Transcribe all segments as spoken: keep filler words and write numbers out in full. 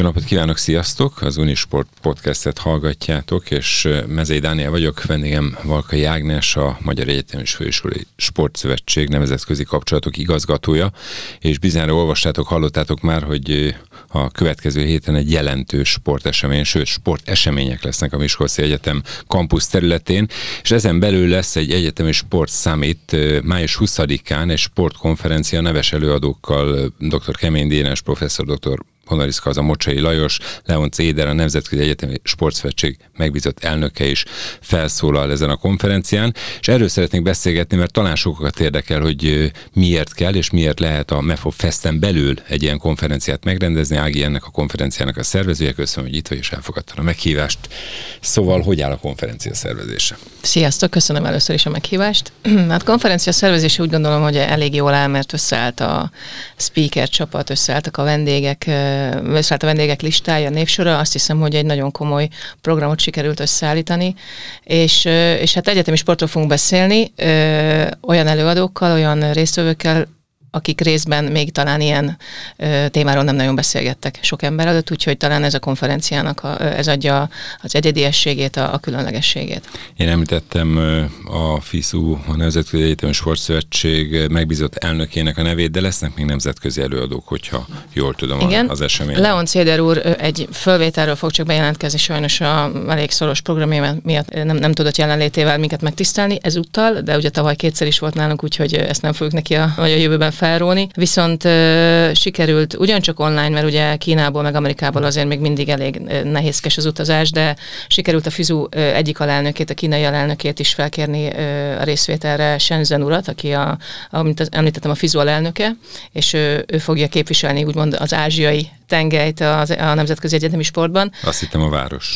Jó napot kívánok, sziasztok! Az Unisport podcastet hallgatjátok, és Mezei Dániel vagyok, vendégem Valkai Ágnes, a Magyar Egyetem és Főiskolai Sportszövetség nemzetközi kapcsolatok igazgatója, és bizonyára olvastátok, hallottátok már, hogy a következő héten egy jelentős sportesemény, sőt sportesemények lesznek a Miskolci Egyetem kampusz területén, és ezen belül lesz egy egyetemi sport summit május huszadikán, egy sportkonferencia neves előadókkal, dr. Kemény Dénes, professzor dr. honoris causa Mocsai Lajos, Leonc Éder, a Nemzetközi Egyetemi Sportszövetség megbízott elnöke is felszólal ezen a konferencián, és erről szeretnék beszélgetni, mert talán sokakat érdekel, hogy miért kell és miért lehet a MEFOB Festen belül egy ilyen konferenciát megrendezni. Ági ennek a konferenciának a szervezője, köszönöm, hogy itt vagy és elfogadtad a meghívást. Szóval, hogy áll a konferencia szervezése? Sziasztok, köszönöm először is a meghívást. Hát konferencia szervezése úgy gondolom, hogy elég jól áll, mert összeállt a speaker csapat, összeálltak a vendégek, összeállt a vendégek listája, névsora. Azt hiszem, hogy egy nagyon komoly programot sikerült összeállítani, és, és hát egyetemi sportról fogunk beszélni, olyan előadókkal, olyan résztvevőkkel, akik részben még talán ilyen ö, témáról nem nagyon beszélgettek sok ember előtt, úgyhogy talán ez a konferenciának a, ez adja az egyediességét, a, a különlegességét. Én említettem a FISU, a Nemzetközi Egyetemi Sportszövetség megbízott elnökének a nevét, de lesznek még nemzetközi előadók, hogyha jól tudom. Igen. Az esemény. Leonc Éder úr egy fölvételről fog csak bejelentkezni, sajnos a elég szoros programja miatt nem, nem tudott jelenlétével minket megtisztelni ezúttal, de ugye tavaly kétszer is volt nálunk, úgyhogy ezt nem fogjuk neki a, vagy a jövőben felrólni. Viszont uh, sikerült ugyancsak online, mert ugye Kínából meg Amerikából azért még mindig elég uh, nehézkes az utazás, de sikerült a FISU uh, egyik alelnökét, a kínai alelnökét is felkérni uh, a részvételre, Shenzhen urat, aki a, amit az, említettem, a FISU alelnöke, és uh, ő fogja képviselni úgymond az ázsiai tengelyt az, a nemzetközi egyetemi sportban. Azt hittem a várost.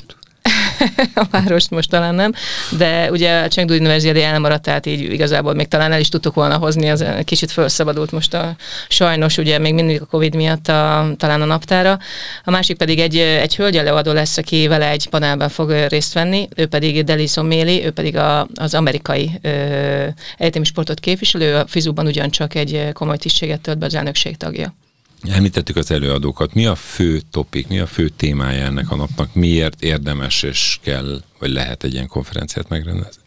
A várost most talán nem, de ugye a Chengdu Universiade elmaradt, tehát így igazából még talán el is tudtuk volna hozni, az kicsit felszabadult most a sajnos, ugye még mindig a Covid miatt a, talán a naptára. A másik pedig egy, egy hölgy előadó lesz, aki vele egy panelben fog részt venni, ő pedig Deli Sommeli, ő pedig a, az amerikai ö, egyetemi sportot képviselő, a FISU-ban ugyancsak egy komoly tisztséget tölt be, az elnökség tagja. Említettük az előadókat. Mi a fő topik, mi a fő témája ennek a napnak? Miért érdemes és kell, vagy lehet egy ilyen konferenciát megrendezni?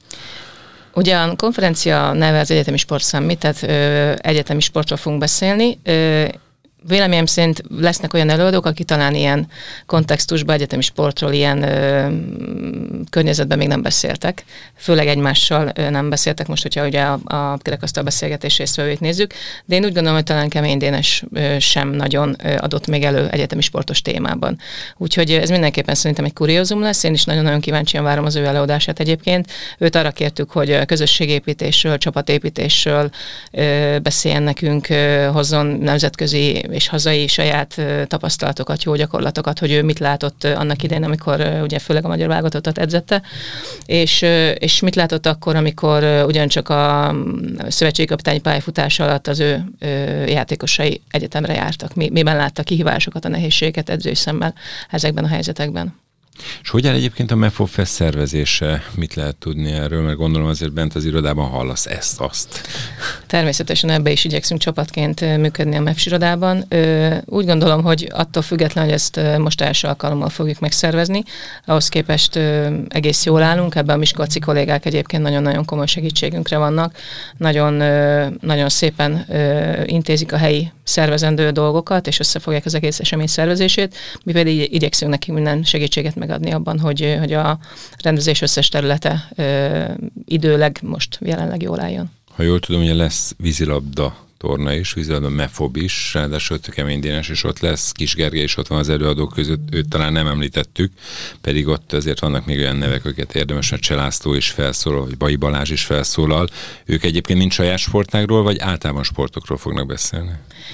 Ugye a konferencia neve az Egyetemi Sport Summit, tehát ö, egyetemi sportról fogunk beszélni. Ö, Véleményem szerint lesznek olyan előadók, akik talán ilyen kontextusban, egyetemi sportról, ilyen ö, környezetben még nem beszéltek. Főleg egymással ö, nem beszéltek, most, hogyha ugye a, a kerekasztal beszélgetés résztvevőit nézzük. De én úgy gondolom, hogy talán Kemény Dénes ö, sem nagyon ö, adott még elő egyetemi sportos témában. Úgyhogy ez mindenképpen szerintem egy kuriózum lesz. Én is nagyon-nagyon kíváncsian várom az ő előadását egyébként. Őt arra kértük, hogy közösségépítésről, csapatépítésről ö, beszéljen nekünk, ö, hozzon nemzetközi és hazai saját tapasztalatokat, jó gyakorlatokat, hogy ő mit látott annak idején, amikor ugye főleg a magyar válogatottat edzette, és, és mit látott akkor, amikor ugyancsak a szövetségi kapitányi pályafutás alatt az ő játékosai egyetemre jártak. Mi, miben láttak kihívásokat, a nehézségeket edzői szemmel ezekben a helyzetekben. És hogy áll egyébként a MEFOB Fest szervezése? Mit lehet tudni erről? Mert gondolom azért bent az irodában hallasz ezt, azt. Természetesen ebbe is igyekszünk csapatként működni a MEFS irodában. Úgy gondolom, hogy attól független, hogy ezt most első alkalommal fogjuk megszervezni, ahhoz képest egész jól állunk. Ebben a miskolci kollégák egyébként nagyon-nagyon komoly segítségünkre vannak. Nagyon, nagyon szépen intézik a helyi szervezendő dolgokat, és összefogják az egész esemény szervezését. Mi pedig igyekszünk nekik minden segítséget megadni abban, hogy, hogy a rendezés összes területe ö, időleg most jelenleg jól álljon. Ha jól tudom, ugye lesz vízilabda torna is, vízilabda MEFOB is, ráadásul Kemény Dénes is ott lesz, Kis Gergely is ott van az előadók között, őt talán nem említettük, pedig ott azért vannak még olyan nevek, őket érdemes, a Cselászló is felszólal, vagy Bai Balázs is felszólal. Ők egyébként mind saját sportágról, vagy általában sportokról fognak beszélni?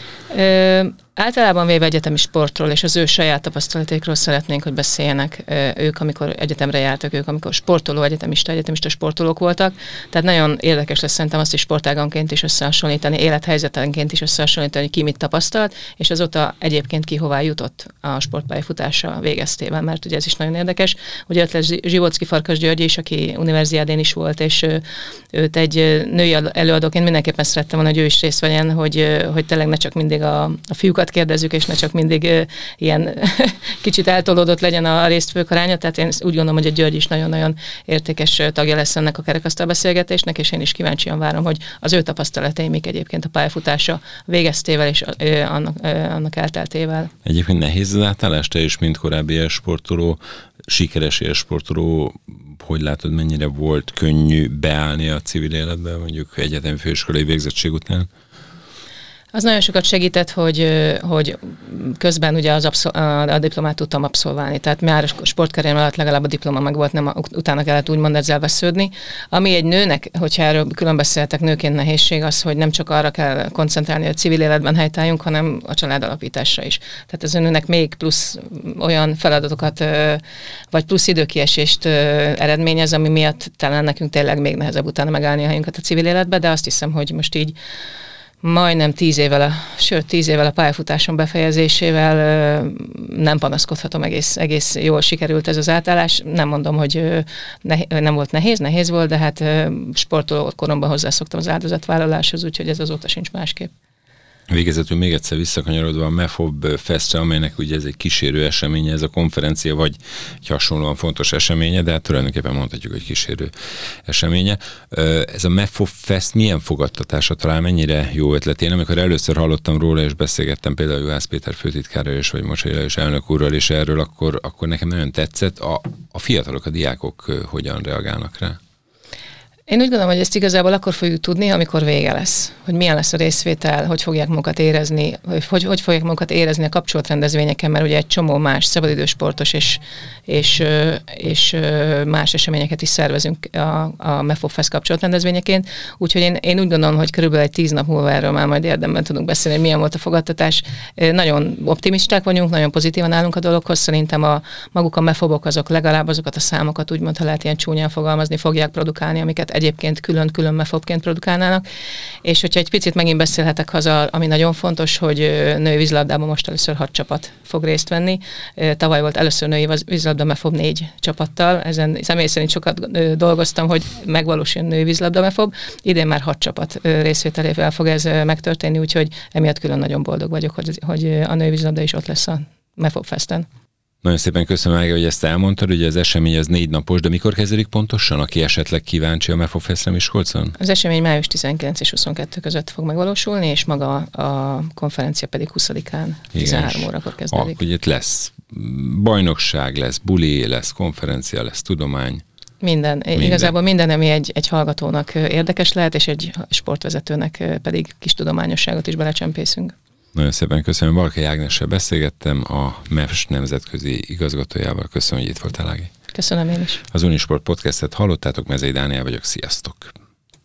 Ö, általában véve egyetemi sportról és az ő saját tapasztalatékról szeretnénk, hogy beszéljenek ö, ők, amikor egyetemre jártak, ők, amikor sportoló, egyetemista, egyetemista sportolók voltak. Tehát nagyon érdekes lesz szerintem azt is sportáganként is összehasonlítani, élethelyzetenként is összehasonlítani, hogy ki mit tapasztalt, és azóta egyébként ki hová jutott a sportpályafutása végeztével, mert ugye ez is nagyon érdekes. Ugye ott lesz Zsivocki Farkas György is, aki universiádén is volt, és ö, őt egy női előadóként mindenképpen szerettem volna, hogy ő is részt vegyen, hogy, hogy tényleg ne csak mindig a, a fiúkat dolgokat kérdezzük, és ne csak mindig uh, ilyen kicsit eltolódott legyen a résztvevők aránya. Tehát én úgy gondolom, hogy a György is nagyon-nagyon értékes tagja lesz ennek a kerekasztal beszélgetésnek, és én is kíváncsian várom, hogy az ő tapasztalatai mik egyébként a pályafutása végeztével és uh, annak, uh, annak elteltével. Egyébként nehéz az átállás, te is, mint korábbi élsportoló, sikeres élsportoló, hogy látod, mennyire volt könnyű beállni a civil életbe, mondjuk egyetemi főiskolai végzettség után? Az nagyon sokat segített, hogy, hogy közben ugye az abszol- a diplomát tudtam abszolválni, tehát már a sportkarrierem alatt legalább a diploma meg volt, nem utána kellett úgymond ezzel vesződni. Ami egy nőnek, hogyha erről külön beszéltek, nőként nehézség az, hogy nem csak arra kell koncentrálni, hogy a civil életben helytálljunk, hanem a családalapításra is. Tehát az nőnek még plusz olyan feladatokat, vagy plusz időkiesést eredményez, ami miatt talán nekünk tényleg még nehezebb utána megállni a helyünket a civil életbe, de azt hiszem, hogy most így majdnem tíz évvel, a, sőt tíz évvel a pályafutásom befejezésével nem panaszkodhatom, egész, egész jól sikerült ez az átállás. Nem mondom, hogy nehéz, nem volt nehéz, nehéz volt, de hát sportoló koromban hozzászoktam az áldozatvállaláshoz, úgyhogy ez azóta sincs másképp. Végezetül még egyszer visszakanyarodva a MEFOB Festre, amelynek ugye ez egy kísérő eseménye, ez a konferencia, vagy egy hasonlóan fontos eseménye, de hát tulajdonképpen mondhatjuk, hogy kísérő eseménye. Ez a MEFOB Fest milyen fogadtatása talál, mennyire jó ötlet? Én amikor először hallottam róla, és beszélgettem például Juhász Péter főtitkárral és vagy Mosai Lajos elnök úrral is erről, akkor, akkor nekem nagyon tetszett. A, a fiatalok, a diákok hogyan reagálnak rá? Én úgy gondolom, hogy ezt igazából akkor fogjuk tudni, amikor vége lesz. Hogy milyen lesz a részvétel, hogy fogják magukat érezni, hogy hogy fogják magukat érezni a kapcsolatrendezvényeken, mert ugye egy csomó más szabadidősportos és, és, és más eseményeket is szervezünk a, a MEFOB Fest kapcsolatrendezvényeként. Úgyhogy én, én úgy gondolom, hogy körülbelül egy tíz nap múlva erről már majd érdemben tudunk beszélni, hogy milyen volt a fogadtatás. Nagyon optimisták vagyunk, nagyon pozitívan állunk a dologhoz. Szerintem a, maguk a MEFOB-ok azok legalább azokat a számokat, úgymond, ha lehet ilyen csúnyán fogalmazni, fogják produkálni, amiket egyébként külön-külön MEFOB-ként produkálnának. És hogyha egy picit megint beszélhetek haza, ami nagyon fontos, hogy női vízilabdában most először hat csapat fog részt venni. Tavaly volt először női vízilabda MEFOB négy csapattal. Ezen személy szerint sokat dolgoztam, hogy megvalósuljon női vízilabda MEFOB. Idén már hat csapat részvételével fog ez megtörténni, úgyhogy emiatt külön nagyon boldog vagyok, hogy, hogy a női vízilabda is ott lesz a MEFOB Festen. Nagyon szépen köszönöm, Ági, hogy ezt elmondtad, ugye az esemény az négy napos, de mikor kezdődik pontosan, aki esetleg kíváncsi a MEFOB Festre Miskolcon? Az esemény május tizenkilenc és huszonkettő között fog megvalósulni, és maga a konferencia pedig huszadikán tizenhárom órakor kezdődik. Ugye itt lesz bajnokság, lesz buli, lesz konferencia, lesz tudomány. Minden. minden. Igazából minden, ami egy, egy hallgatónak érdekes lehet, és egy sportvezetőnek pedig kis tudományosságot is belecsempészünk. Nagyon szépen köszönöm. Valkai Ágnessel beszélgettem, a MEFS nemzetközi igazgatójával. Köszönöm, hogy itt voltál, Ági. Köszönöm én is. Az Unisport podcastet hallottátok, Mezei Dániel vagyok, sziasztok!